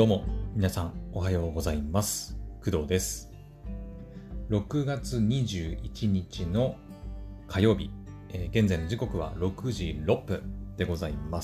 どうも皆さんおはようございます。工藤です。6月21日の火曜日、現在の時刻は6時6分でございます。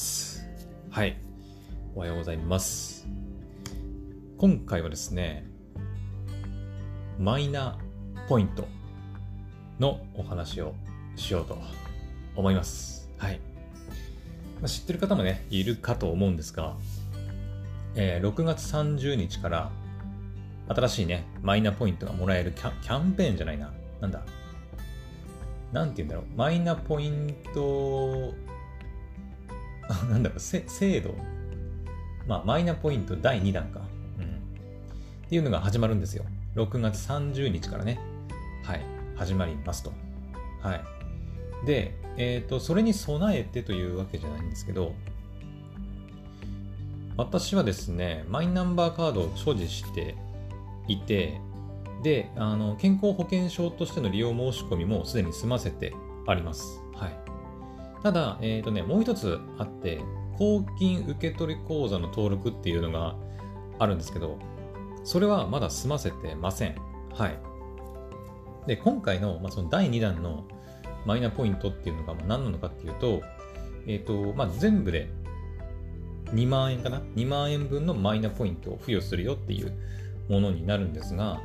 はい、おはようございます。今回はですね、マイナポイントのお話をしようと思います。はい。知ってる方もね、いるかと思うんですが、6月30日から新しいね、マイナポイントがもらえるキャンペーンじゃないな。なんて言うんだろう。マイナポイント、制度。マイナポイント第2弾か。っていうのが始まるんですよ。6月30日からね。はい。始まりますと。はい。で、それに備えてというわけじゃないんですけど、私はですね、マイナンバーカードを所持していて、で、健康保険証としての利用申し込みもすでに済ませてあります。はい。ただ、もう一つあって、公金受取口座の登録っていうのがあるんですけど、それはまだ済ませてません。はい。で、今回の、その第2弾のマイナポイントっていうのが何なのかっていうと、全部で2万円かな ?2 万円分のマイナポイントを付与するよっていうものになるんですが、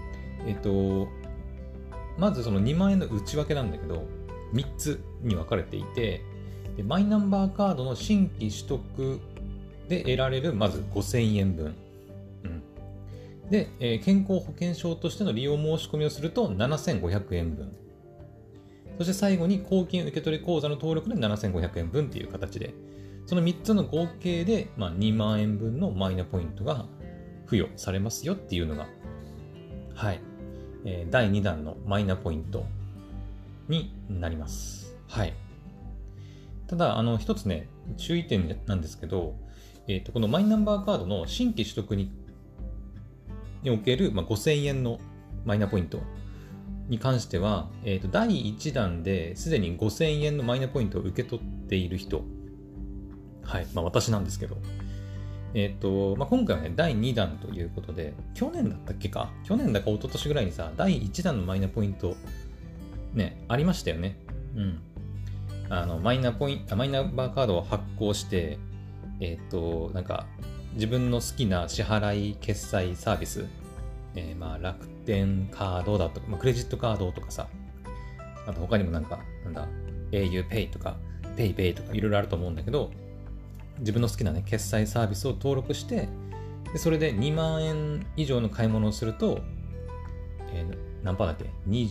まずその2万円の内訳なんだけど、3つに分かれていて、でマイナンバーカードの新規取得で得られるまず5000円分。で、健康保険証としての利用申し込みをすると7500円分。そして最後に公金受取口座の登録で7500円分っていう形で、その3つの合計で、2万円分のマイナポイントが付与されますよっていうのが、はい、第2弾のマイナポイントになります。はい。ただ、一つね、注意点なんですけど、このマイナンバーカードの新規取得における、5000円のマイナポイントに関しては、第1弾ですでに5000円のマイナポイントを受け取っている人、はい、私なんですけど、今回はね、第2弾ということで、去年だったっけか去年だか一昨年ぐらいにさ、第1弾のマイナポイント、ね、ありましたよね。マイナバーカードを発行して、自分の好きな支払い決済サービス、楽天カードだとか、クレジットカードとかさ、あと他にもauPay とか PayPay とかいろいろあると思うんだけど、自分の好きなね、決済サービスを登録して、でそれで2万円以上の買い物をすると、何パーだっけ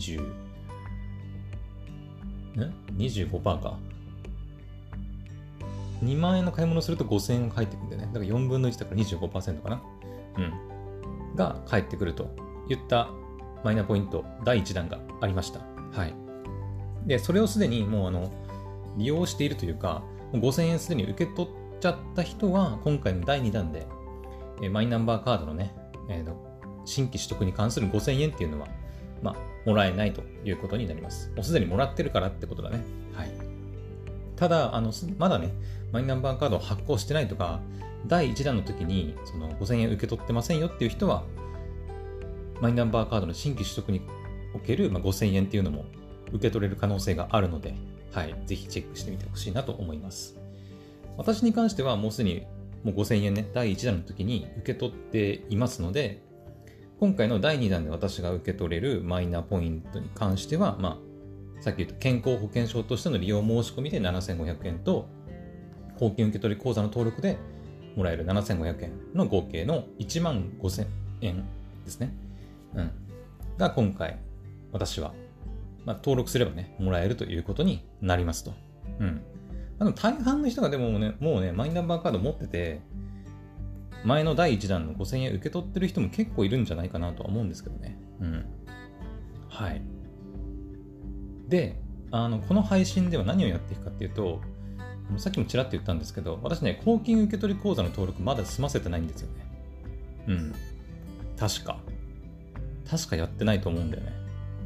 ?25% か。2万円の買い物をすると5000円が返ってくるんだよね。だから4分の1だから 25% かな。が返ってくるといったマイナポイント第1弾がありました。はい。で、それをすでにもう利用しているというか、5000円すでに受け取っちゃった人は、今回の第2弾で、マイナンバーカードのね、新規取得に関する5000円っていうのは、もらえないということになります。もうすでにもらってるからってことだね。はい。ただ、まだね、マイナンバーカードを発行してないとか、第1弾の時にその5000円受け取ってませんよっていう人は、マイナンバーカードの新規取得における5000円っていうのも受け取れる可能性があるので、はい、ぜひチェックしてみてほしいなと思います。私に関してはもうすでにもう5000円ね、第1弾の時に受け取っていますので、今回の第2弾で私が受け取れるマイナポイントに関しては、さっき言った健康保険証としての利用申し込みで7500円と、公金受取口座の登録でもらえる7500円の合計の1万5000円ですね。が今回、私は、登録すればね、もらえるということになりますと。大半の人がでもね、もうね、マイナンバーカード持ってて、前の第1弾の5000円受け取ってる人も結構いるんじゃないかなとは思うんですけどね。はい。で、この配信では何をやっていくかっていうと、さっきもちらっと言ったんですけど、私ね、公金受取口座の登録まだ済ませてないんですよね。確かやってないと思うんだよね。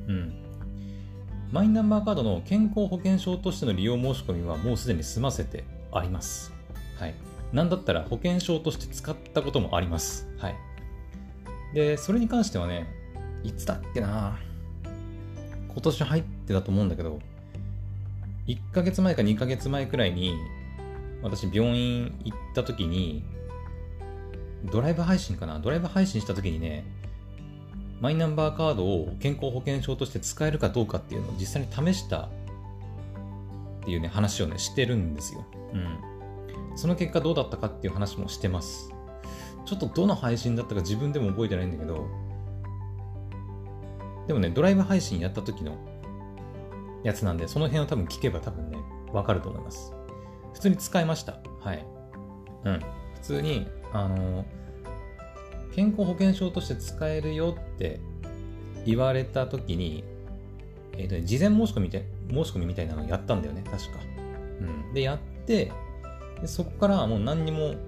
マイナンバーカードの健康保険証としての利用申し込みはもうすでに済ませてあります。はい。 なんだったら保険証として使ったこともあります。はい。で、それに関してはね、いつだっけな、今年入ってたと思うんだけど、1ヶ月前か2ヶ月前くらいに、私病院行った時に、ドライブ配信した時にね、マイナンバーカードを健康保険証として使えるかどうかっていうのを実際に試したっていうね、話をね、してるんですよ。うん。その結果どうだったかっていう話もしてます。ちょっとどの配信だったか自分でも覚えてないんだけど、でもね、ドライブ配信やった時のやつなんで、その辺を多分聞けば多分ね、わかると思います。普通に使いました。はい。うん。普通に、健康保険証として使えるよって言われた時に、事前申し込みみたいなのをやったんだよね、確か。うん。で、やって、でそこからもう何にも、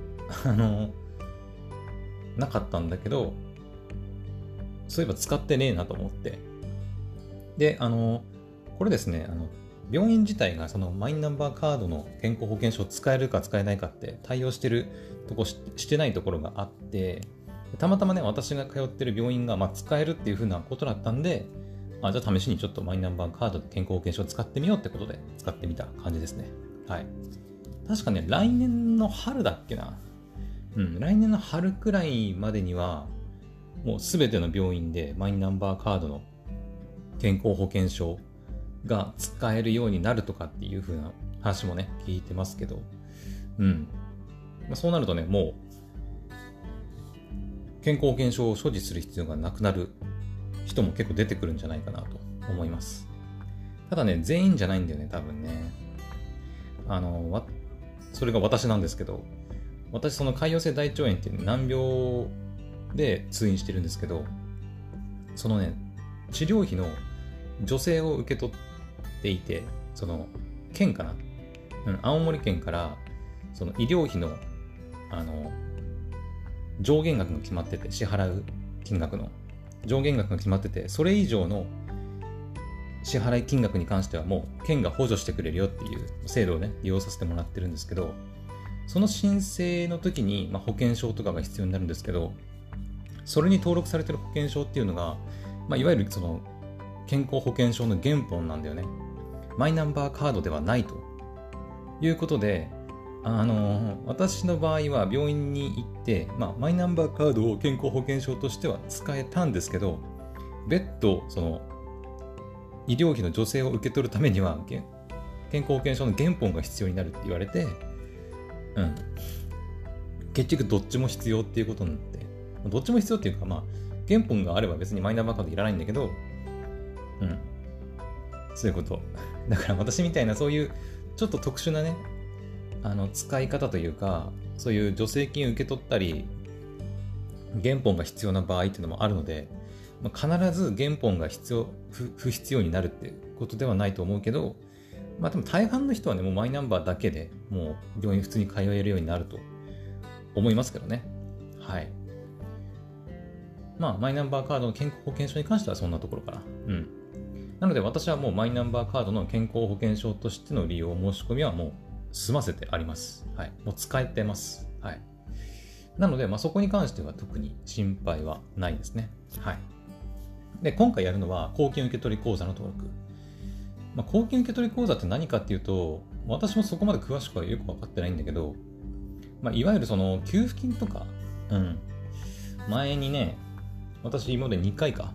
なかったんだけど、そういえば使ってねえなと思って。で、これですね、病院自体がそのマイナンバーカードの健康保険証を使えるか使えないかって対応してるとこしてないところがあって、たまたまね、私が通ってる病院が使えるっていう風なことだったんで、じゃあ試しにちょっとマイナンバーカードで健康保険証を使ってみようってことで使ってみた感じですね。はい。確かね、来年の春だっけな。来年の春くらいまでには、もうすべての病院でマイナンバーカードの健康保険証が使えるようになるとかっていう風な話もね、聞いてますけど、そうなるとね、もう、健康保険証を所持する必要がなくなる人も結構出てくるんじゃないかなと思います。ただね、全員じゃないんだよね、多分ね。それが私なんですけど、私その潰瘍性大腸炎っていう難病で通院してるんですけど、そのね、治療費の助成を受け取っていて、その県かな、青森県からその医療費の上限額が決まってて、支払う金額の上限額が決まってて、それ以上の支払い金額に関してはもう県が補助してくれるよっていう制度をね、利用させてもらってるんですけど、その申請の時に、保険証とかが必要になるんですけど、それに登録されてる保険証っていうのが、いわゆるその健康保険証の原本なんだよね。マイナンバーカードではないということで、私の場合は病院に行って、マイナンバーカードを健康保険証としては使えたんですけど、別途その医療費の助成を受け取るためには健康保険証の原本が必要になるって言われて、結局どっちも必要っていうことになって、どっちも必要っていうか、原本があれば別にマイナンバーカードいらないんだけど、そういうこと。だから私みたいなそういうちょっと特殊なね、使い方というか、そういう助成金を受け取ったり、原本が必要な場合っていうのもあるので、必ず原本が不必要になるってことではないと思うけど、でも大半の人はね、もうマイナンバーだけでもう病院普通に通えるようになると思いますけどね。はい。マイナンバーカードの健康保険証に関してはそんなところかな。なので私はもうマイナンバーカードの健康保険証としての利用申し込みはもう済ませてあります。はい。もう使えてます。はい。なので、そこに関しては特に心配はないですね。はい。で、今回やるのは公金受取口座の登録。公金受取口座って何かっていうと、私もそこまで詳しくはよく分かってないんだけど、いわゆるその給付金とか、前にね、私今まで2回か、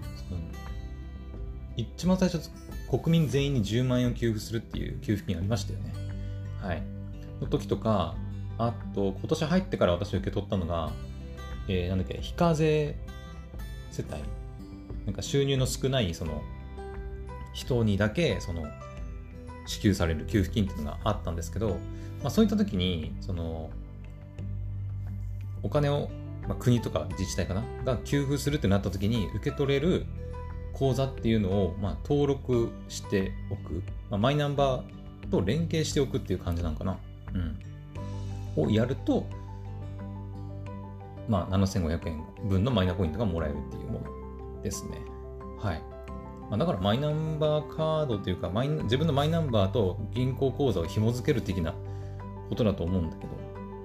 一番最初、国民全員に10万円を給付するっていう給付金ありましたよね。はい。の時とか、あと、今年入ってから私受け取ったのが、非課税世帯。なんか収入の少ない、その、人にだけ、その、支給される給付金っていうのがあったんですけど、そういった時に、その、お金を、国とか自治体かなが給付するってなった時に受け取れる口座っていうのを、登録しておく。マイナンバーと連携しておくっていう感じなのかな。をやると、7500円分のマイナポイントがもらえるっていうものですね。はい。だからマイナンバーカードというか、自分のマイナンバーと銀行口座を紐付ける的なことだと思うんだけど、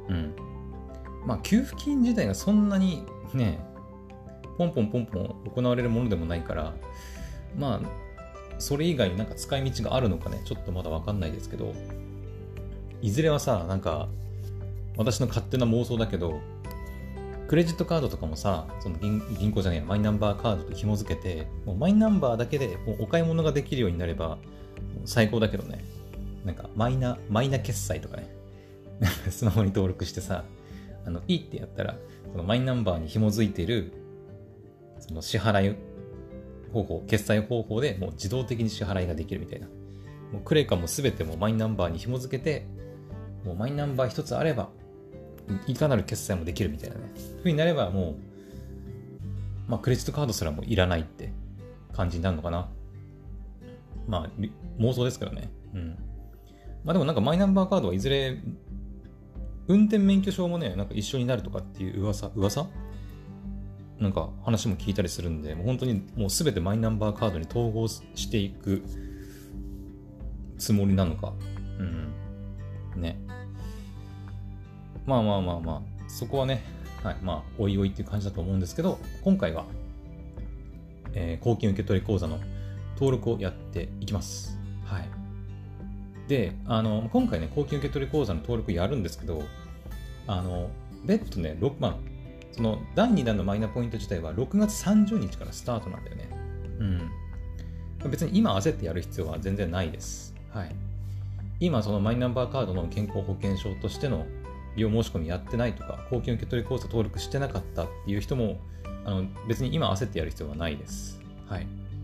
うん。まあ、給付金自体がそんなにね、ポンポン行われるものでもないから、まあ、それ以外になんか使い道があるのかね、ちょっとまだわかんないですけど、いずれはさ、なんか、私の勝手な妄想だけど、クレジットカードとかもさ、その銀行じゃねえや、マイナンバーカードと紐付けて、もうマイナンバーだけでもうお買い物ができるようになれば最高だけどね。なんかマイナ決済とかね。スマホに登録してさ、ピーってやったら、そのマイナンバーに紐づいてる、その支払い方法、決済方法でもう自動的に支払いができるみたいな。もうクレカもすべてもマイナンバーに紐づけて、もうマイナンバー一つあれば、いかなる決済もできるみたいなね。風になればもう、まあクレジットカードすらもいらないって感じになるのかな。まあ妄想ですけどね。うん。まあでもなんかマイナンバーカードはいずれ運転免許証もね、なんか一緒になるとかっていう噂なんか話も聞いたりするんで、もう本当にもうすべてマイナンバーカードに統合していくつもりなのか。うん。ね。まあ、そこはね、はい、まあ、おいおいっていう感じだと思うんですけど、今回は、公金受取口座の登録をやっていきます。はい。で、今回ね、公金受取口座の登録やるんですけど、別途ね、その第2弾のマイナポイント自体は6月30日からスタートなんだよね。うん。別に今焦ってやる必要は全然ないです。はい。今、そのマイナンバーカードの健康保険証としての利用申し込みやってないとか、公金受取口座登録してなかったっていう人も、別に今焦ってやる必要はないです。はい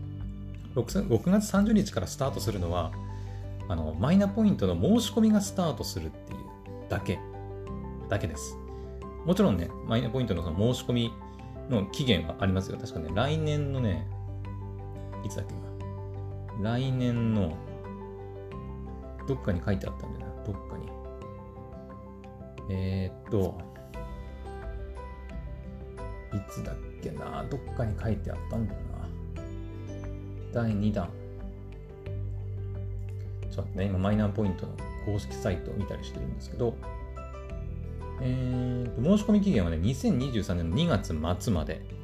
。6月30日からスタートするのは、マイナポイントの申し込みがスタートするっていうだけです。もちろんね、マイナポイントのその申し込みの期限はありますよ。確かね、来年のね、いつだっけな。来年の、どっかに書いてあったんだよな。どっかに。いつだっけな。どっかに書いてあったんだよな。第2弾。ちょっとね、今マイナーポイントの公式サイトを見たりしてるんですけど、申し込み期限はね、2023年の2月末まで。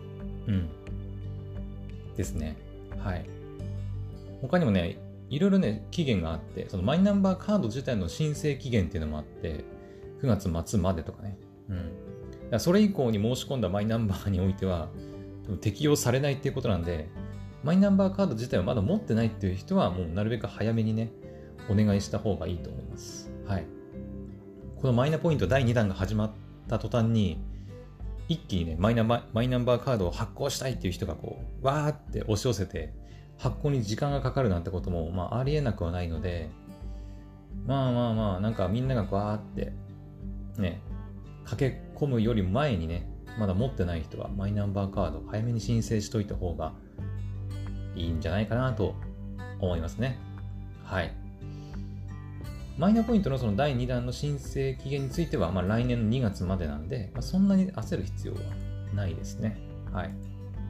ですね。はい。他にもね、いろいろね、期限があって、そのマイナンバーカード自体の申請期限っていうのもあって、9月末までとかね。だからそれ以降に申し込んだマイナンバーにおいては、適用されないっていうことなんで、マイナンバーカード自体をまだ持ってないっていう人は、もうなるべく早めにね、お願いした方がいいと思います。はい。このマイナポイント第2弾が始まった途端に、一気にね、マイナンバーカードを発行したいっていう人がこう、わーって押し寄せて、発行に時間がかかるなんてことも、まあ、ありえなくはないので、まあ、なんかみんながわーって、ね、駆け込むより前にね、まだ持ってない人はマイナンバーカード早めに申請しといた方がいいんじゃないかなと思いますね。はい。マイナポイントのその第2弾の申請期限については、まあ、来年の2月までなんで、まあ、そんなに焦る必要はないですね。はい。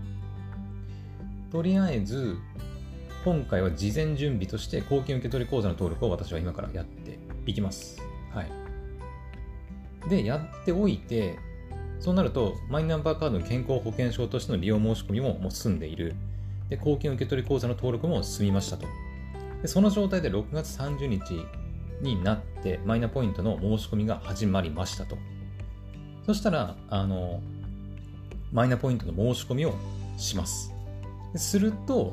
とりあえず、今回は事前準備として公金受取口座の登録を私は今からやっていきます。はい。で、やっておいて、そうなると、マイナンバーカードの健康保険証としての利用申し込みももう済んでいる。で、公金受取口座の登録も済みましたと。で、その状態で6月30日になって、マイナポイントの申し込みが始まりましたと。そしたら、マイナポイントの申し込みをします。すると、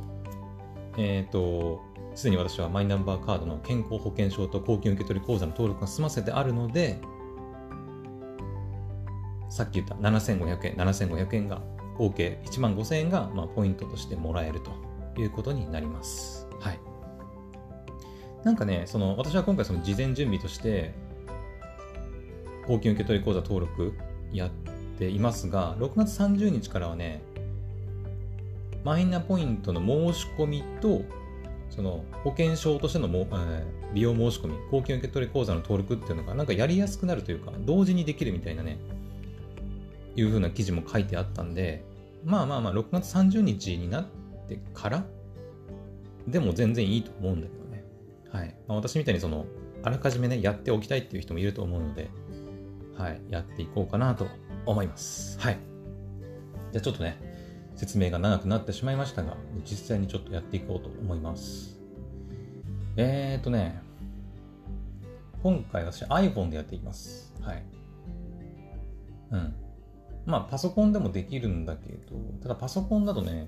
すでに私はマイナンバーカードの健康保険証と公金受取口座の登録が済ませてあるので、さっき言った7500円が、合計15000円が、まあ、ポイントとしてもらえるということになります。はい。なんかね、私は今回その事前準備として、公金受取口座登録やっていますが、6月30日からはね、マイナポイントの申し込みと、その保険証としての利用申し込み、公金受取口座の登録っていうのがなんかやりやすくなるというか、同時にできるみたいなね、いう風な記事も書いてあったんで、まあ、6月30日になってからでも全然いいと思うんだけどね。はい。まあ、私みたいにあらかじめね、やっておきたいっていう人もいると思うので、 はい、やっていこうかなと思います。はい。じゃあちょっとね、説明が長くなってしまいましたが、実際にちょっとやっていこうと思います。今回私 iPhone でやっていきます。はい。まあパソコンでもできるんだけど、ただパソコンだとね、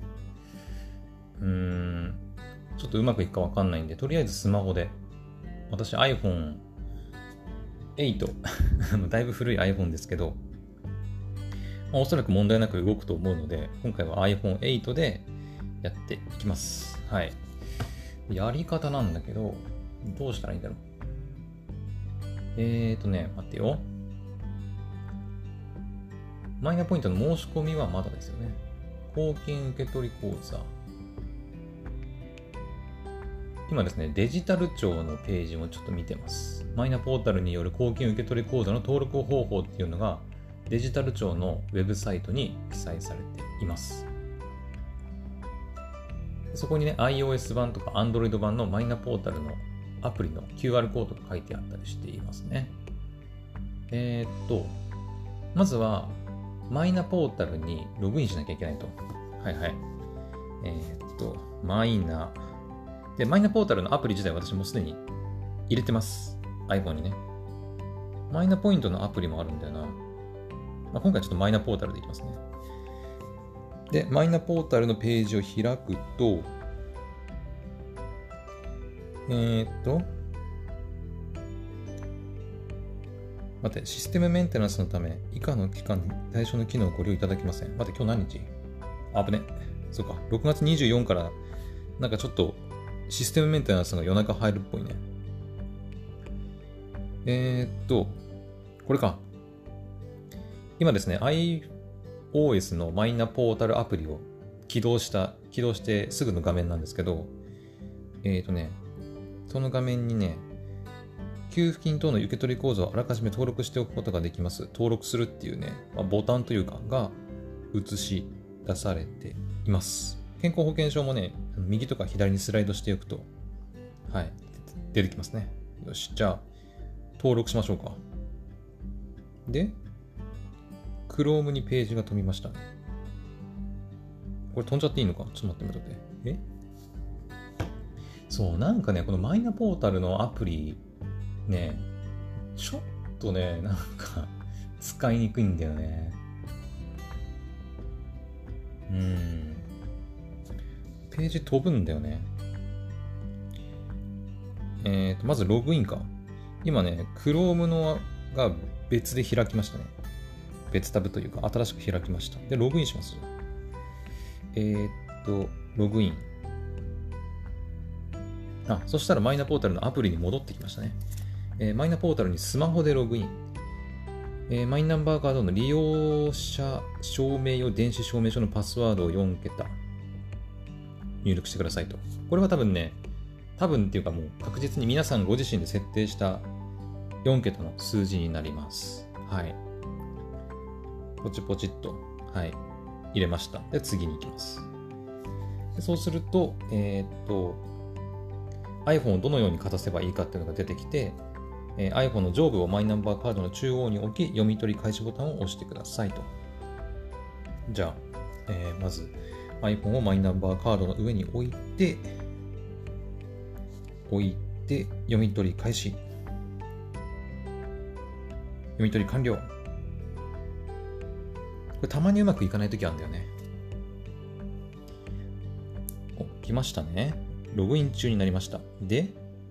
ちょっとうまくいくかわかんないんで、とりあえずスマホで、私 iPhone 8 だいぶ古い iPhone ですけど、おそらく問題なく動くと思うので、今回は iPhone 8でやっていきます。はい。やり方なんだけど、どうしたらいいんだろう。待ってよ。マイナポイントの申し込みはまだですよね。公金受取口座。今ですね、デジタル庁のページをちょっと見てます。マイナポータルによる公金受取口座の登録方法っていうのが、デジタル庁のウェブサイトに記載されています。そこにね、iOS 版とか Android 版のマイナポータルのアプリの QR コードが書いてあったりしていますね。まずは、マイナポータルにログインしなきゃいけないと。はいはい。マイナポータルのアプリ自体私もすでに入れてます。iPhone にね。マイナポイントのアプリもあるんだよな。今回ちょっとマイナポータルでいきますね。で、マイナポータルのページを開くと、待って、システムメンテナンスのため、以下の期間に対象の機能をご利用いただけません。待って、今日何日？危ね。そうか、6月24から、なんかちょっと、システムメンテナンスが夜中入るっぽいね。これか。今ですね、iOS のマイナポータルアプリを起動してすぐの画面なんですけど、その画面にね、給付金等の受取口座をあらかじめ登録しておくことができます。登録するっていうね、ボタンというかが映し出されています。健康保険証もね、右とか左にスライドしておくと、はい、出てきますね。よし、じゃあ、登録しましょうか。で、Chrome にページが飛びましたね。これ飛んじゃっていいのか？ちょっと待って。そう、なんかね、このマイナポータルのアプリ、ね、ちょっとね、なんか、使いにくいんだよね。ページ飛ぶんだよね。まずログインか。今ね、Chrome のが別で開きましたね。別タブというか、新しく開きました。で、ログインします。ログイン。そしたらマイナポータルのアプリに戻ってきましたね。マイナポータルにスマホでログイン。マイナンバーカードの利用者証明用電子証明書のパスワードを4桁入力してくださいと。これは多分っていうかもう確実に皆さんご自身で設定した4桁の数字になります。はい。ポチポチっと、はい、入れました。で、次に行きます。でそうすると、iPhone をどのようにかざせばいいかっていうのが出てきて、iPhone の上部をマイナンバーカードの中央に置き、読み取り開始ボタンを押してくださいと。じゃあ、まず iPhone をマイナンバーカードの上に置いて、読み取り開始。読み取り完了。これたまにうまくいかないときあるんだよね。来ましたね。ログイン中になりました。で、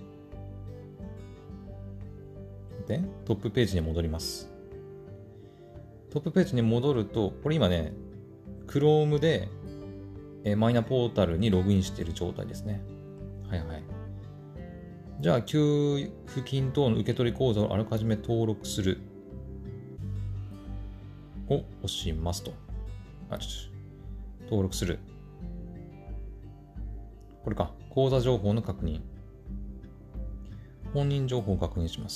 トップページに戻ります。トップページに戻ると、これ今ね、Chrome でマイナポータルにログインしている状態ですね。はいはい。じゃあ、給付金等の受取口座をあらかじめ登録するを押しますと。登録する。これか。口座情報の確認。本人情報を確認します。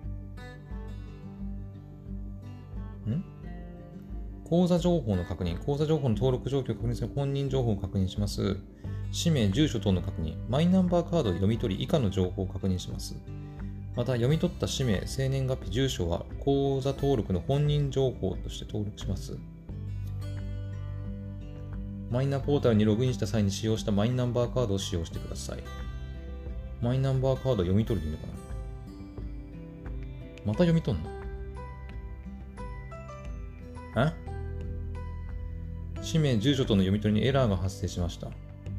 口座情報の確認。口座情報の登録状況を確認する。本人情報を確認します。氏名、住所等の確認。マイナンバーカードを読み取り以下の情報を確認します。 また、読み取った氏名、生年月日、住所は口座登録の本人情報として登録します。マイナポータルにログインした際に使用したマイナンバーカードを使用してください。マイナンバーカード読み取るでいいのかな。また読み取んの？氏名、住所との読み取りにエラーが発生しました。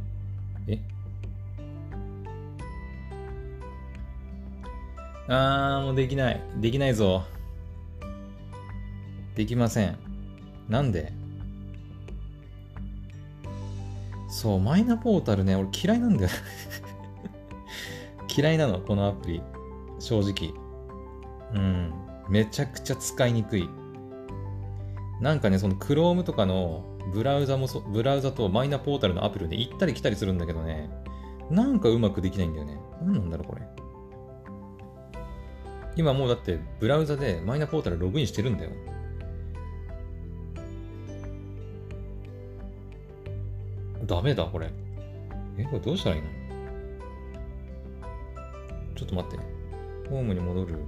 もうできない。できないぞ。できません。なんで？そう、マイナポータルね、俺嫌いなんだよ。嫌いなの、このアプリ。正直。めちゃくちゃ使いにくい。なんかね、その Chrome とかのブラウザとマイナポータルのアプリで行ったり来たりするんだけどね、なんかうまくできないんだよね。なんなんだろう、これ。今もうだってブラウザでマイナポータルログインしてるんだよ。ダメだ、これ。これどうしたらいいの？ちょっと待って。ホームに戻る。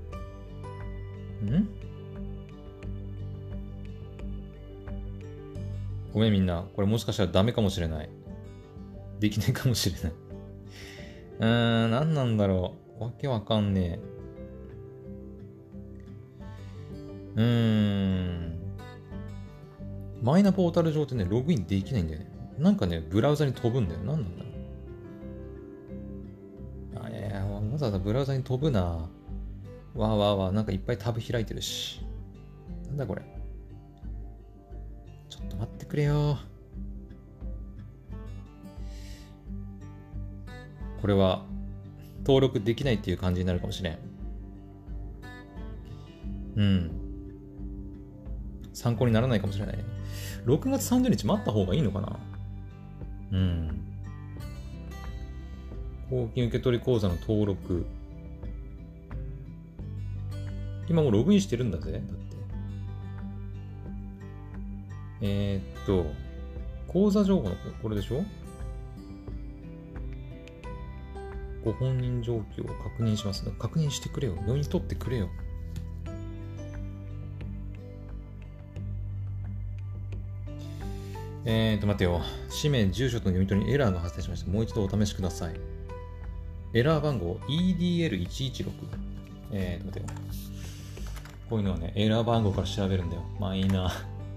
ごめんみんな。これもしかしたらダメかもしれない。できないかもしれない。何なんだろう。わけわかんねえ。マイナポータル上ってね、ログインできないんだよね。なんかね、ブラウザに飛ぶんだよ。何なんだろう。いや、わざわざブラウザに飛ぶな。わ、なんかいっぱいタブ開いてるし。なんだこれ。ちょっと待ってくれよ。これは、登録できないっていう感じになるかもしれん。参考にならないかもしれないね。6月30日待った方がいいのかな？公金受取口座の登録。今もうログインしてるんだぜ。だって。口座情報のこれでしょ？ご本人状況を確認します。確認してくれよ。読み取ってくれよ。待てよ。氏名、住所との読み取りにエラーが発生しました。もう一度お試しください。エラー番号 EDL116。待てよ。こういうのはね、エラー番号から調べるんだよ。マイナ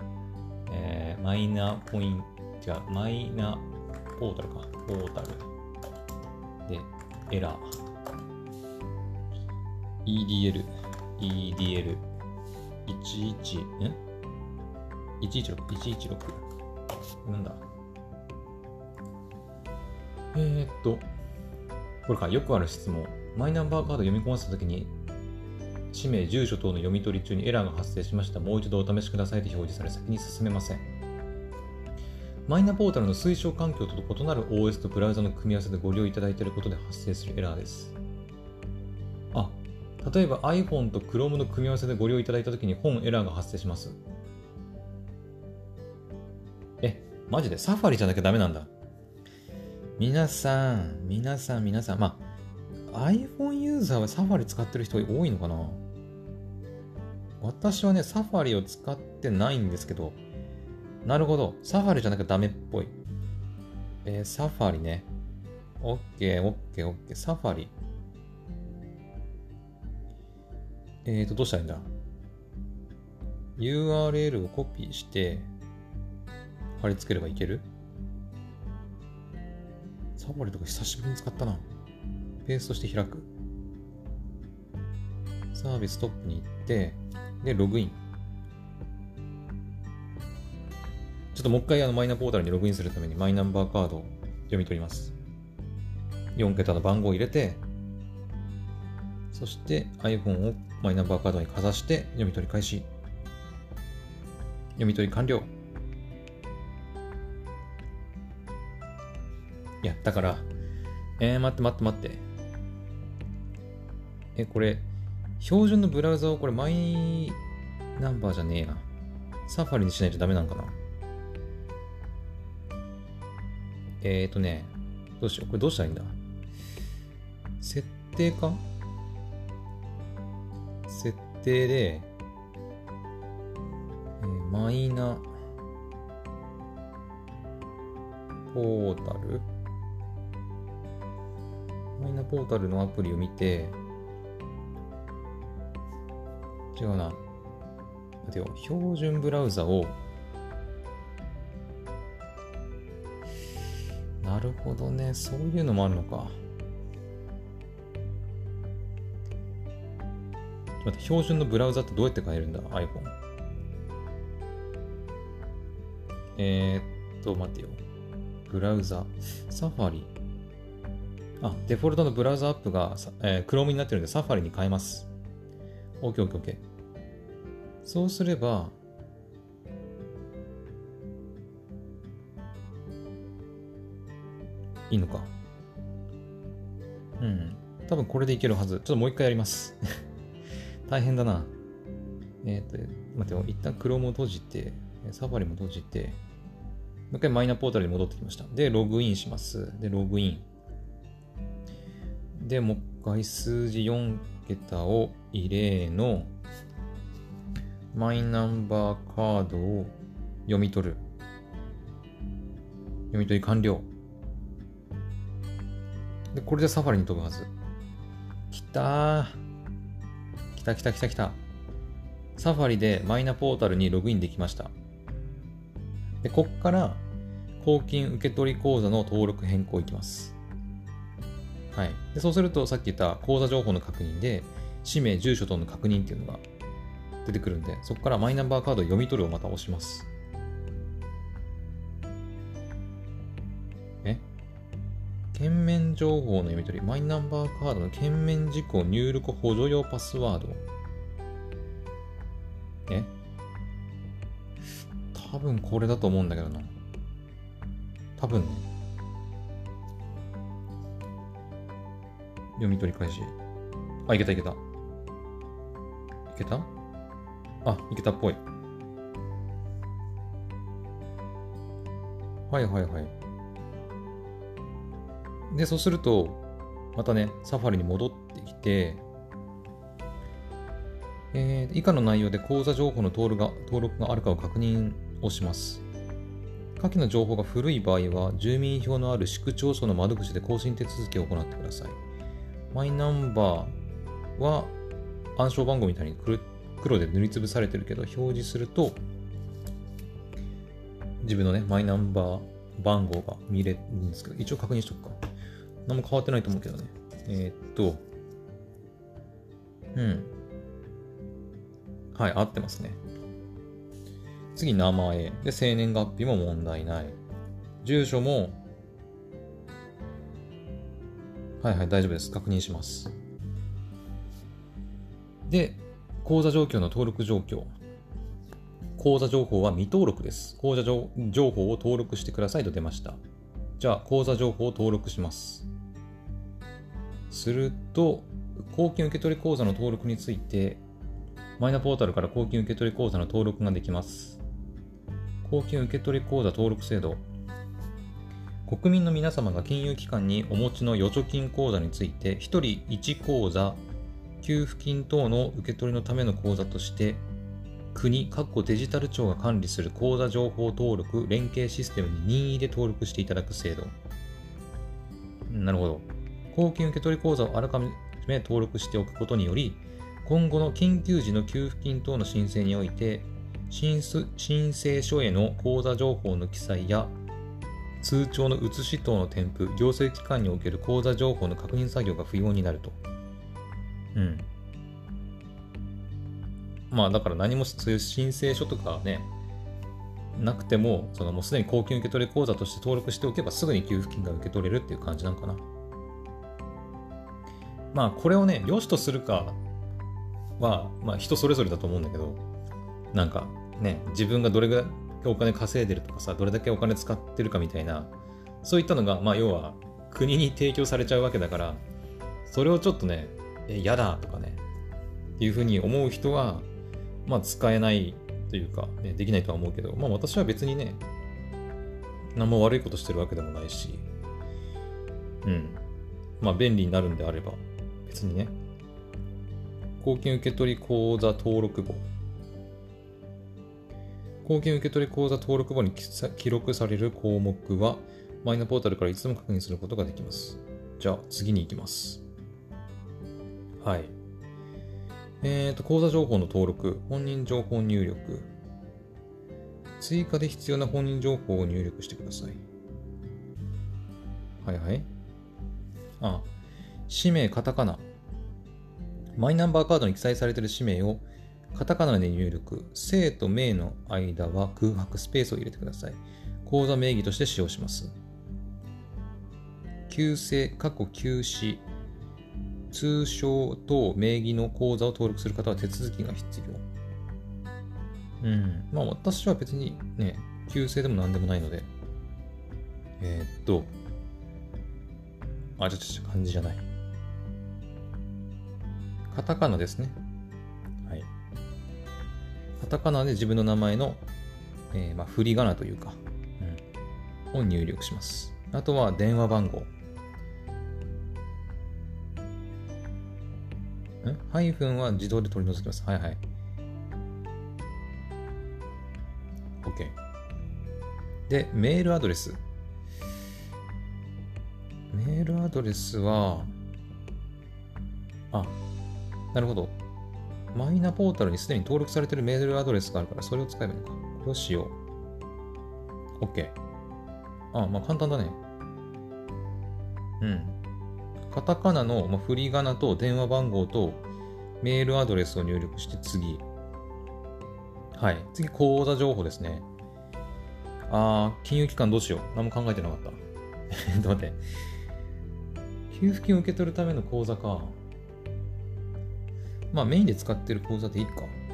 ポイント、マイナポータルか。ポータル。で、エラー。EDL11、116。なんだこれか、よくある質問。マイナンバーカード読み込ませたときに、氏名、住所等の読み取り中にエラーが発生しました。もう一度お試しくださいと表示され、先に進めません。マイナポータルの推奨環境と異なる OS とブラウザの組み合わせでご利用いただいていることで発生するエラーです。例えば iPhone と Chrome の組み合わせでご利用いただいたときに本エラーが発生します。マジでサファリじゃなきゃダメなんだ。皆さん。まあ、iPhone ユーザーはサファリ使ってる人多いのかな？私はね、サファリを使ってないんですけど、なるほど。サファリじゃなきゃダメっぽい。サファリね。オッケー。サファリ。どうしたらいいんだ？ URL をコピーして、貼り付ければいける？サファリとか久しぶりに使ったな。ペーストして開く。サービストップに行って、で、ログイン。ちょっともう一回マイナポータルにログインするためにマイナンバーカードを読み取ります。4桁の番号を入れて、そして iPhone をマイナンバーカードにかざして読み取り開始。読み取り完了。いや、だから、待って。これ、標準のブラウザをこれマイナンバーじゃねえや。サファリにしないとダメなんかな。どうしよう。これどうしたらいいんだ？設定か？ 設定で、マイナポータルのアプリを見て、違うな。待てよ、標準ブラウザを、なるほどね、そういうのもあるのか。待って、標準のブラウザってどうやって変えるんだ iPhone。待ってよ。ブラウザ、サファリ。デフォルトのブラウザアップが、Chrome になってるんで、サファリに変えます。OK。そうすれば、いいのか。多分これでいけるはず。ちょっともう一回やります。大変だな。待ってよ。一旦 Chrome を閉じて、サファリも閉じて、もう一回マイナポータルに戻ってきました。で、ログインします。で、ログイン。で、もう一回数字4桁を入れの、マイナンバーカードを読み取る。読み取り完了。で、これでサファリに飛ぶはず。来た。サファリでマイナポータルにログインできました。で、こっから公金受取口座の登録変更いきます。はい。で、そうするとさっき言った口座情報の確認で、氏名、住所等の確認っていうのが出てくるんで、そこからマイナンバーカードを読み取るをまた押します。券面情報の読み取り、マイナンバーカードの券面事項入力補助用パスワード。多分これだと思うんだけどな。多分ね。読み取り開始。いけた。いけたいけたっぽい。はい。で、そうすると、またね、サファリに戻ってきて、以下の内容で口座情報の登録があるかを確認をします。下記の情報が古い場合は、住民票のある市区町村の窓口で更新手続きを行ってください。マイナンバーは暗証番号みたいに黒で塗りつぶされてるけど、表示すると、自分のね、マイナンバー番号が見れるんですけど、一応確認しとくか。何も変わってないと思うけどね。はい、合ってますね。次、名前。で、生年月日も問題ない。住所も、はい、大丈夫です。確認します。で、口座状況の登録状況。口座情報は未登録です。口座情報を登録してくださいと出ました。じゃあ、口座情報を登録します。すると、公金受取口座の登録について、マイナポータルから公金受取口座の登録ができます。公金受取口座登録制度。国民の皆様が金融機関にお持ちの預貯金口座について、1人1口座、給付金等の受け取りのための口座として、国、デジタル庁が管理する口座情報登録連携システムに任意で登録していただく制度。なるほど。公金受取口座をあらかじめ登録しておくことにより、今後の緊急時の給付金等の申請において、申請書への口座情報の記載や、通帳の写し等の添付、行政機関における口座情報の確認作業が不要になると。まあだから何もそういう申請書とかね、なくても、もうすでに公金受取口座として登録しておけばすぐに給付金が受け取れるっていう感じなんかな。まあこれをね、良しとするかは、まあ人それぞれだと思うんだけど、なんかね、自分がどれぐらいお金稼いでるとかさ、どれだけお金使ってるかみたいな、そういったのが、まあ要は国に提供されちゃうわけだから、それをちょっとね、嫌だとかね、っていうふうに思う人は、まあ使えないというか、ね、できないとは思うけど、まあ私は別にね、何も悪いことしてるわけでもないし、まあ便利になるんであれば、別にね、 公金受取口座登録簿。公金受取口座登録簿に記録される項目は、マイナポータルからいつでも確認することができます。じゃあ、次に行きます。はい。口座情報の登録、本人情報入力。追加で必要な本人情報を入力してください。はいはい。氏名、カタカナ。マイナンバーカードに記載されている氏名をカタカナで入力。姓と名の間は空白スペースを入れてください。口座名義として使用します。旧姓、旧氏、通称等名義の口座を登録する方は手続きが必要。まあ私は別にね、旧姓でも何でもないので。漢字じゃない。カタカナですね。はい。カタカナで自分の名前の、振り仮名というか、を入力します。あとは電話番号。ハイフンは自動で取り除きます。はいはい。OK。で、メールアドレス。メールアドレスは、なるほど。マイナポータルにすでに登録されているメールアドレスがあるから、それを使えばいいのか。これをしよう。OK。簡単だね。カタカナの振り仮名と電話番号とメールアドレスを入力して次。はい。次、口座情報ですね。金融機関どうしよう。何も考えてなかった。待って。給付金を受け取るための口座か。メインで使ってる口座でいいか。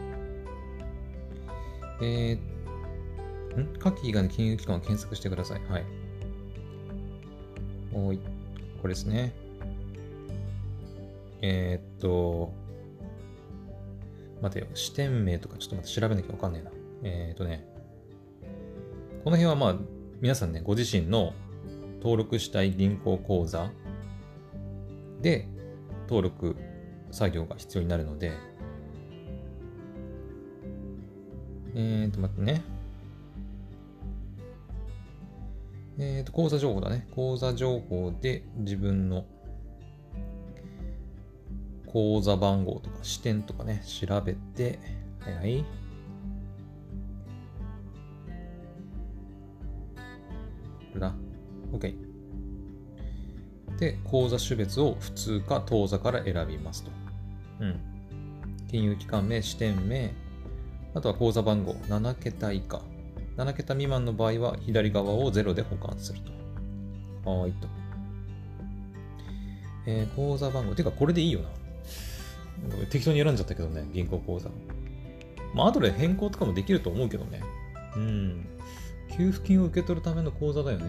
下記以外の金融機関を検索してください。はい。これですね。待てよ。支店名とかちょっと待って調べなきゃわかんねえな。この辺は皆さんね、ご自身の登録したい銀行口座で登録作業が必要になるので、待ってね。口座情報だね。口座情報で自分の口座番号とか支店とかね、調べて、はいはい。これだ。OK。で、口座種別を普通か当座から選びますと。金融機関名、支店名、あとは口座番号、7桁以下。7桁未満の場合は左側を0で保管すると。はいと。口座番号。てかこれでいいよな。適当に選んじゃったけどね、銀行口座。後で変更とかもできると思うけどね。給付金を受け取るための口座だよね。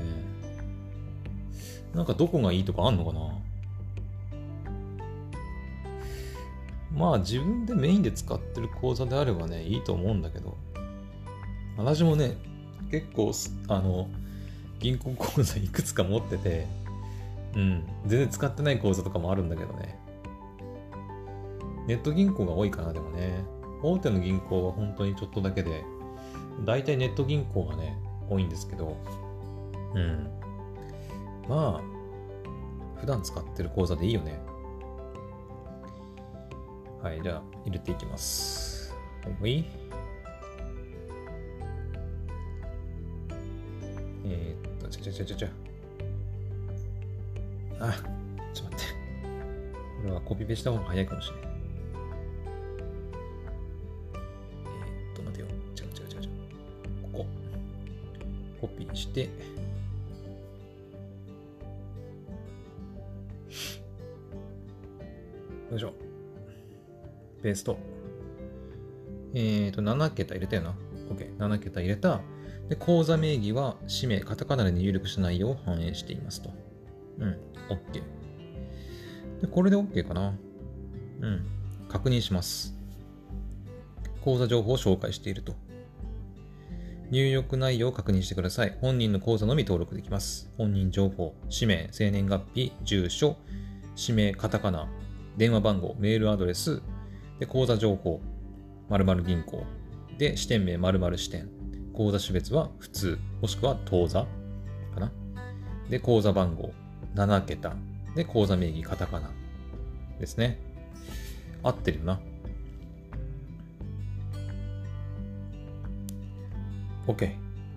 なんかどこがいいとかあんのかな。自分でメインで使ってる口座であればね、いいと思うんだけど。私もね、結構、銀行口座いくつか持ってて、全然使ってない口座とかもあるんだけどね。ネット銀行が多いかな、でもね。大手の銀行は本当にちょっとだけで、だいたいネット銀行がね、多いんですけど、普段使ってる口座でいいよね。はい、じゃあ、入れていきます。はい。ちょっと待って。これはコピペした方が早いかもしれない。待てよ。ここ。コピーして、よいしょ。ペースト。7桁入れたよな。OK。7桁入れた。で、口座名義は氏名、カタカナで入力した内容を反映していますと。OK。で、これで OK かな。確認します。口座情報を紹介していると。入力内容を確認してください。本人の口座のみ登録できます。本人情報、氏名、生年月日、住所、氏名、カタカナ、電話番号、メールアドレス、 で、口座情報、〇〇銀行。で、支店名〇〇支店。口座種別は普通、もしくは当座かな。で、口座番号、7桁。で、口座名義、カタカナ。ですね。合ってるよな。OK。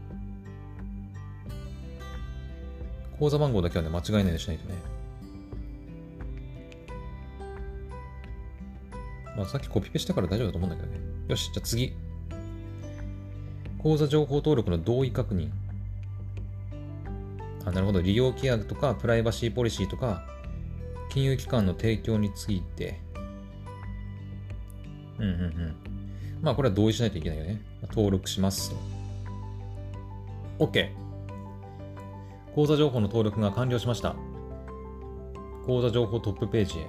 口座番号だけはね、間違えないようにしないとね。まあ、さっきコピペしたから大丈夫だと思うんだけどね。よし、じゃあ次。口座情報登録の同意確認。なるほど。利用規約とか、プライバシーポリシーとか、金融機関の提供について。まあ、これは同意しないといけないよね。登録します。OK。口座情報の登録が完了しました。口座情報トップページへ。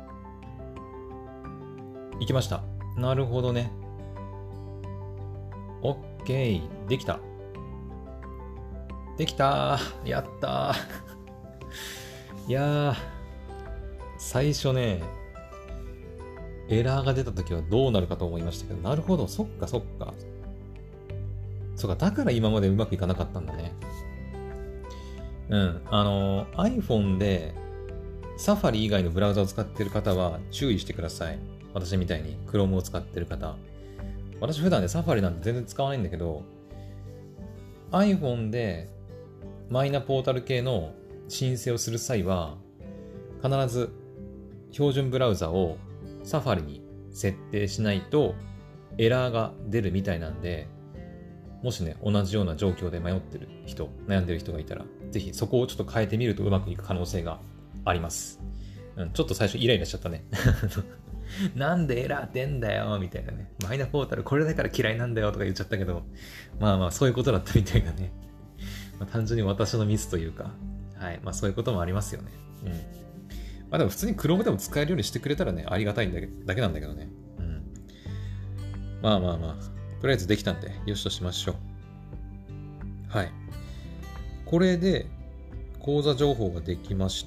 行きました。なるほどね。OK。できた。できたー。やったー。いやー。最初ね、エラーが出たときはどうなるかと思いましたけど、なるほど。そっかそっか。そうか。だから今までうまくいかなかったんだね。iPhone でサファリ以外のブラウザを使っている方は注意してください。私みたいに Chrome を使っている方。私普段ね、サファリなんて全然使わないんだけど、iPhone でマイナポータル系の申請をする際は、必ず標準ブラウザをサファリに設定しないとエラーが出るみたいなんで、もしね、同じような状況で迷ってる人、悩んでる人がいたら、ぜひそこをちょっと変えてみるとうまくいく可能性があります。ちょっと最初イライラしちゃったね。なんでエラー出んだよみたいなね。マイナポータルこれだから嫌いなんだよとか言っちゃったけど、まあまあそういうことだったみたいだね。単純に私のミスというか、はい。まあそういうこともありますよね。まあでも普通に Chrome でも使えるようにしてくれたらね、ありがたいんだけなんだけどね。まあまあまあ。とりあえずできたんで、よしとしましょう。はい。これで、口座情報ができました。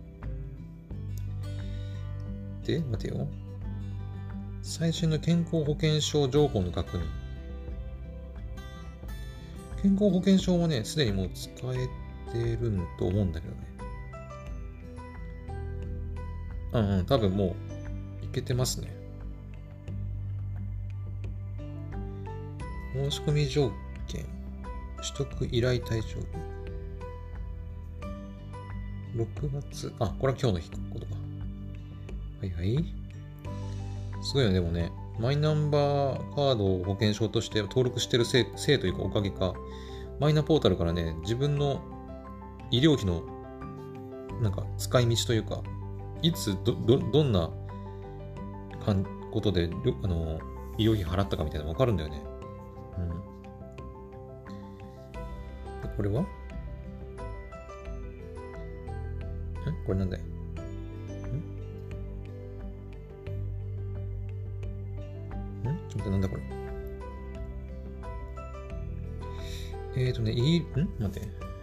で、待てよ。最新の健康保険証情報の確認。健康保険証はね、すでにもう使えてると思うんだけどね。多分もう、いけてますね。申し込み条件、取得依頼対象日。6月、これは今日の日ことか。はいはい。すごいよね、でもね、マイナンバーカードを保険証として登録してるせいというかおかげか、マイナポータルからね、自分の医療費のなんか使い道というか、いつどんなことで医療費払ったかみたいなの分かるんだよね。これはこれなんだよ。ちょっと待って、なんだこれ。待って。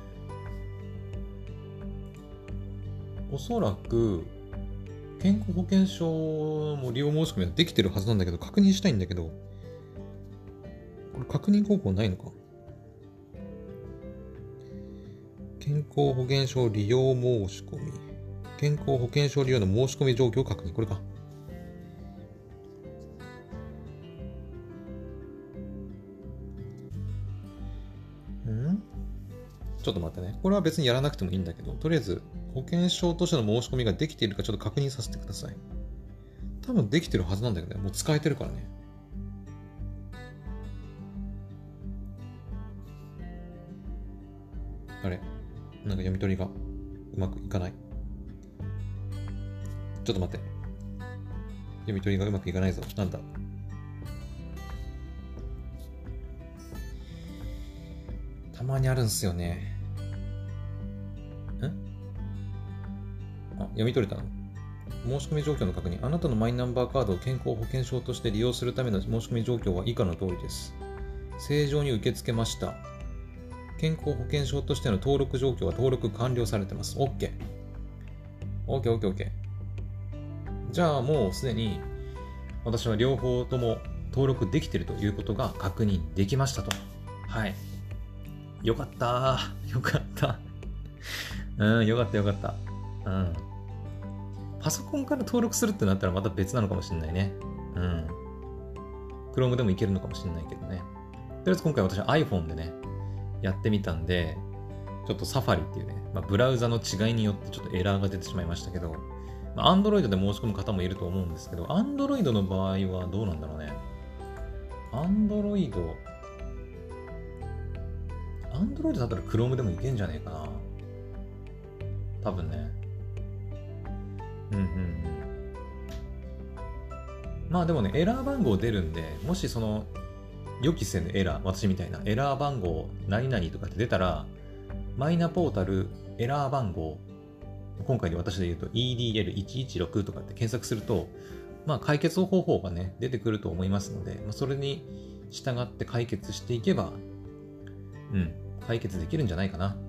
おそらく、健康保険証も利用申し込みはできてるはずなんだけど、確認したいんだけど、これ確認方法ないのか？健康保険証利用申し込み。健康保険証利用の申し込み状況を確認。これか。ちょっと待ってね。これは別にやらなくてもいいんだけど、とりあえず保険証としての申し込みができているかちょっと確認させてください。多分できてるはずなんだけどね。もう使えてるからね。あれ？なんか読み取りがうまくいかない。ちょっと待って。読み取りがうまくいかないぞ。なんだ？たまにあるんすよね。読み取れたの？申し込み状況の確認。あなたのマイナンバーカードを健康保険証として利用するための申し込み状況は以下の通りです。正常に受け付けました。健康保険証としての登録状況は登録完了されてます。OK。OK。じゃあもうすでに私は両方とも登録できているということが確認できましたと。はい。よかったー。よかった。よかったよかった。パソコンから登録するってなったらまた別なのかもしれないね。Chrome でもいけるのかもしれないけどね。とりあえず今回私は iPhone でね、やってみたんで、ちょっと Safari っていうね、ブラウザの違いによってちょっとエラーが出てしまいましたけど、Android で申し込む方もいると思うんですけど、Android の場合はどうなんだろうね。Android だったら Chrome でもいけんじゃねえかな。多分ね。でもね、エラー番号出るんで、もしその予期せぬエラー、私みたいなエラー番号何々とかって出たら、マイナポータルエラー番号、今回で私で言うと EDL116 とかって検索すると、解決方法がね、出てくると思いますので、それに従って解決していけば、解決できるんじゃないかな。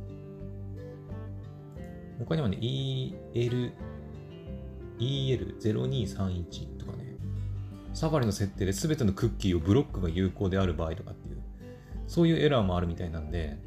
他にもね、EL0231 とかね、サファリの設定で全てのクッキーをブロックが有効である場合とかっていう、そういうエラーもあるみたいなんで、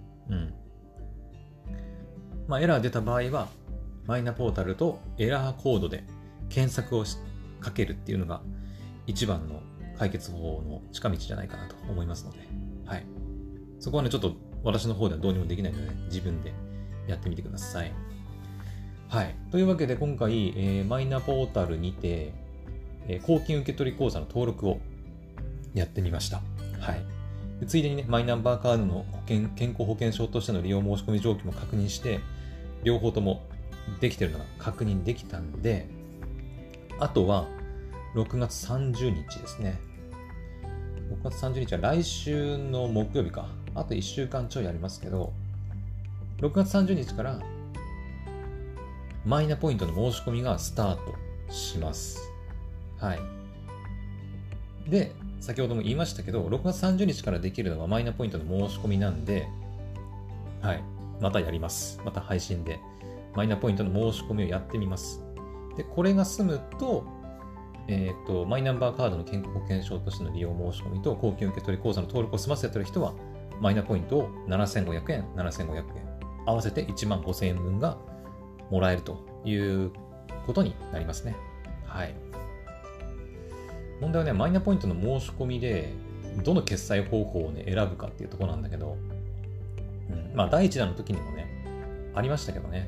エラー出た場合は、マイナポータルとエラーコードで検索をかけるっていうのが一番の解決方法の近道じゃないかなと思いますので、はい。そこはね、ちょっと私の方ではどうにもできないので、自分でやってみてください。はい。というわけで今回、マイナポータルにて、公金受取口座の登録をやってみました。はい。でついでにね、マイナンバーカードの健康保険証としての利用申し込み状況も確認して、両方ともできているのが確認できたんで、あとは6月30日ですね。6月30日は来週の木曜日か。あと1週間ちょいありますけど、6月30日からマイナポイントの申し込みがスタートします。はい。で、先ほども言いましたけど、6月30日からできるのはマイナポイントの申し込みなんで、はい。またやります。また配信でマイナポイントの申し込みをやってみます。で、これが済むと、マイナンバーカードの健康保険証としての利用申し込みと公金受取口座の登録を済ませている人は、マイナポイントを7500円、7500円、合わせて15000円分がもらえるということになりますね。はい。問題はね、マイナポイントの申し込みで、どの決済方法をね、選ぶかっていうところなんだけど、第1弾の時にもね、ありましたけどね。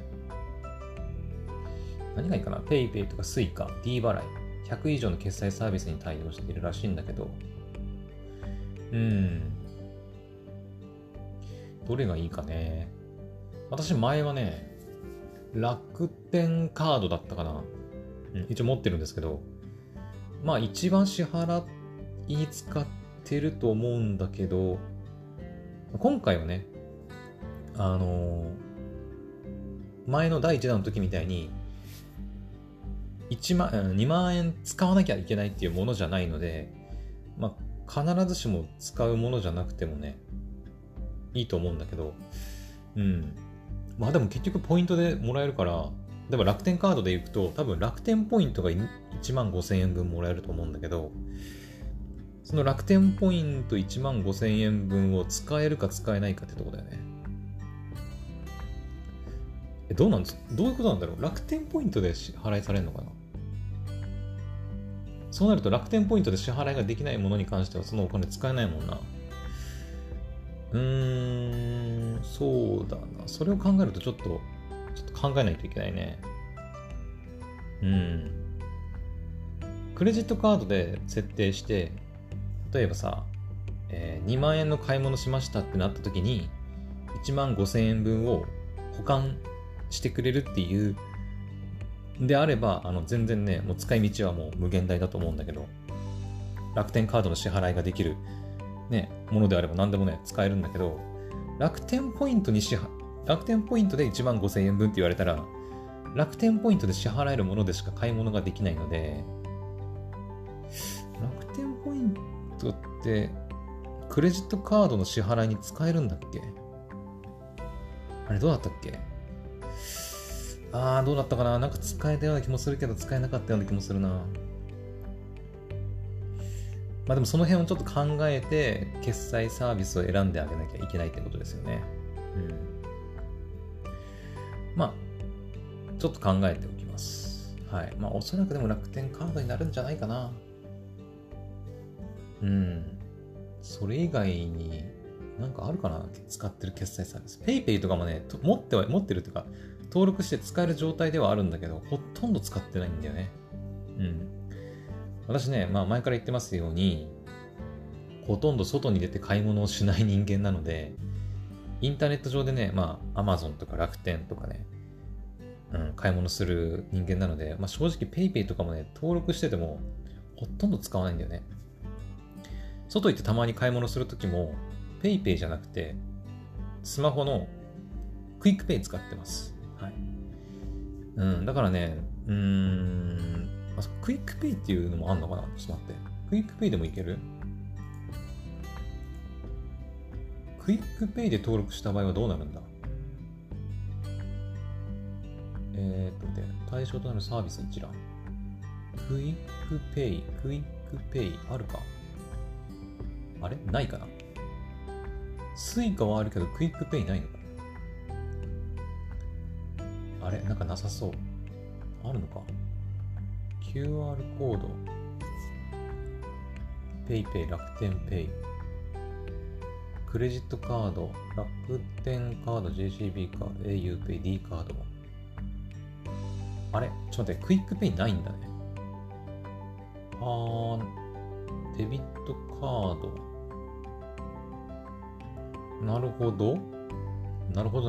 何がいいかな ?PayPay とか Suica、D 払い、100以上の決済サービスに対応しているらしいんだけど、どれがいいかね。私前はね、楽天カードだったかな。一応持ってるんですけど、一番支払いに使ってると思うんだけど、今回はね、前の第1弾の時みたいに、2万円使わなきゃいけないっていうものじゃないので、必ずしも使うものじゃなくてもね、いいと思うんだけど、でも結局ポイントでもらえるから、例えば楽天カードで行くと、多分楽天ポイントが1万5000円分もらえると思うんだけど、その楽天ポイント1万5000円分を使えるか使えないかってとこだよね。どういうことなんだろう。楽天ポイントで支払いされるのかな。そうなると楽天ポイントで支払いができないものに関してはそのお金使えないもんな。そうだな。それを考えるとちょっと考えないといけないね。クレジットカードで設定して、例えばさ、2万円の買い物しましたってなった時に、1万5000円分を保管してくれるっていうであれば、全然ね、もう使い道はもう無限大だと思うんだけど、楽天カードの支払いができる、ね、ものであれば何でもね、使えるんだけど、楽天ポイントで1万5000円分って言われたら、楽天ポイントで支払えるものでしか買い物ができないので、楽天ポイントってクレジットカードの支払いに使えるんだっけ？あれどうだったっけ？どうだったかな。なんか使えたような気もするけど使えなかったような気もするな。 でもその辺をちょっと考えて、決済サービスを選んであげなきゃいけないってことですよね。ちょっと考えておきます。はい。おそらくでも楽天カードになるんじゃないかな。それ以外になんかあるかな、使ってる決済サービス。PayPay とかもね、持ってるっていうか、登録して使える状態ではあるんだけど、ほとんど使ってないんだよね。私ね、前から言ってますように、ほとんど外に出て買い物をしない人間なので、インターネット上でね、Amazon とか楽天とかね、買い物する人間なので、正直 PayPay とかもね、登録してても、ほとんど使わないんだよね。外行ってたまに買い物するときも、PayPay じゃなくて、スマホのクイックペイ使ってます。はい。だからね、クイックペイっていうのもあんのかな？ちょっと待って。クイックペイでもいける？クイックペイで登録した場合はどうなるんだ？対象となるサービス一覧。クイックペイあるか？あれ？ないかな？スイカはあるけどクイックペイないのかな？あれ？なんかなさそう。あるのか？ QR コード、PayPay、楽天ペイ、クレジットカード、楽天カード、JCB カード、auPay、D カード。あれ？ちょっと待って、クイックペイないんだね。デビットカード。なるほどなのか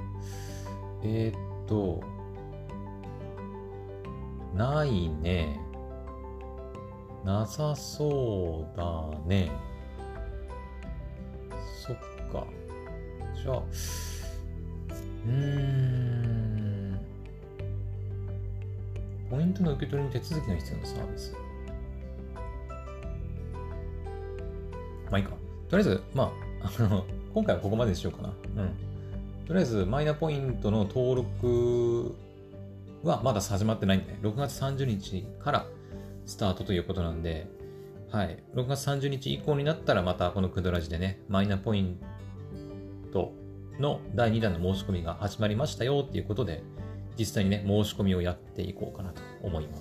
な？ないね。なさそうだね。そっか。じゃあ、ポイントの受け取りに手続きが必要なサービス。いいか。とりあえず、今回はここまでにしようかな。とりあえず、マイナポイントの登録はまだ始まってないんでね。6月30日からスタートということなんで、はい。6月30日以降になったらまたこのクドラジでね、マイナポイントの第2弾の申し込みが始まりましたよっていうことで、実際にね、申し込みをやっていこうかなと思います。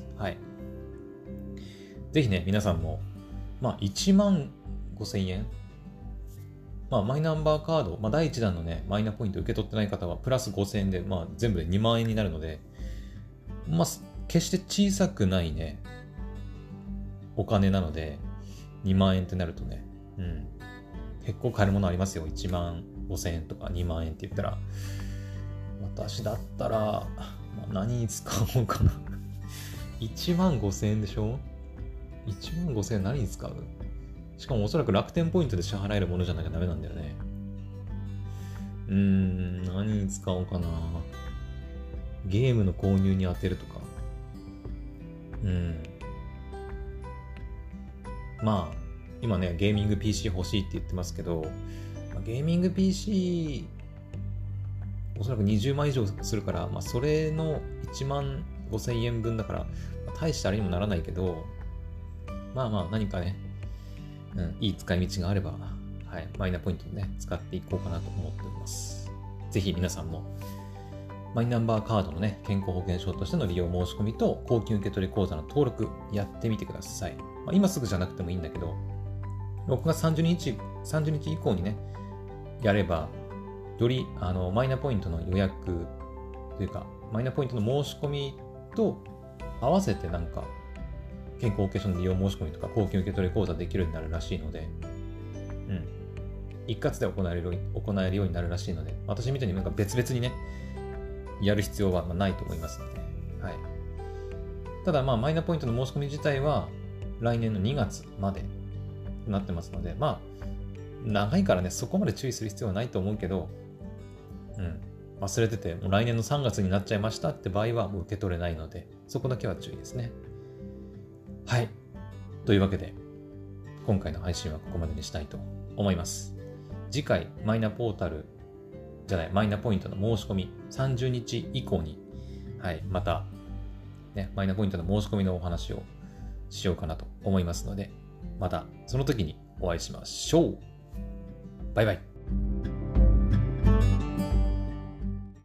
はい。ぜひね、皆さんも、1万5000円マイナンバーカード、第1弾のね、マイナポイント受け取ってない方は、プラス5000円で、全部で2万円になるので、決して小さくないね、お金なので、2万円ってなるとね、結構買えるものありますよ。1万5000円とか2万円って言ったら、私だったら、何に使おうかな。1万5000円でしょ？ 1 万5000円何に使う？しかもおそらく楽天ポイントで支払えるものじゃなきゃダメなんだよね。何に使おうかな。ゲームの購入に当てるとか。今ね、ゲーミング PC 欲しいって言ってますけど、ゲーミング PC、おそらく20万以上するから、それの1万5000円分だから、大したあれにもならないけど、何かね、いい使い道があれば、マイナポイントでね、使っていこうかなと思っております。ぜひ皆さんも、マイナンバーカードのね、健康保険証としての利用申し込みと、公金受取口座の登録、やってみてください。今すぐじゃなくてもいいんだけど、6月30日以降にね、やれば、より、マイナポイントの予約というか、マイナポイントの申し込みと合わせて健康保険証の利用申し込みとか公金受取口座できるようになるらしいので、一括で行えるようになるらしいので、私みたいに別々にね、やる必要はないと思いますので、はい。ただマイナポイントの申し込み自体は来年の2月までとなってますので、長いからね、そこまで注意する必要はないと思うけど、忘れてて、もう来年の3月になっちゃいましたって場合はもう受け取れないので、そこだけは注意ですね。はい。というわけで、今回の配信はここまでにしたいと思います。次回、マイナポイントの申し込み30日以降に、また、ね、マイナポイントの申し込みのお話をしようかなと思いますので、 またその時にお会いしましょう。バイバイ。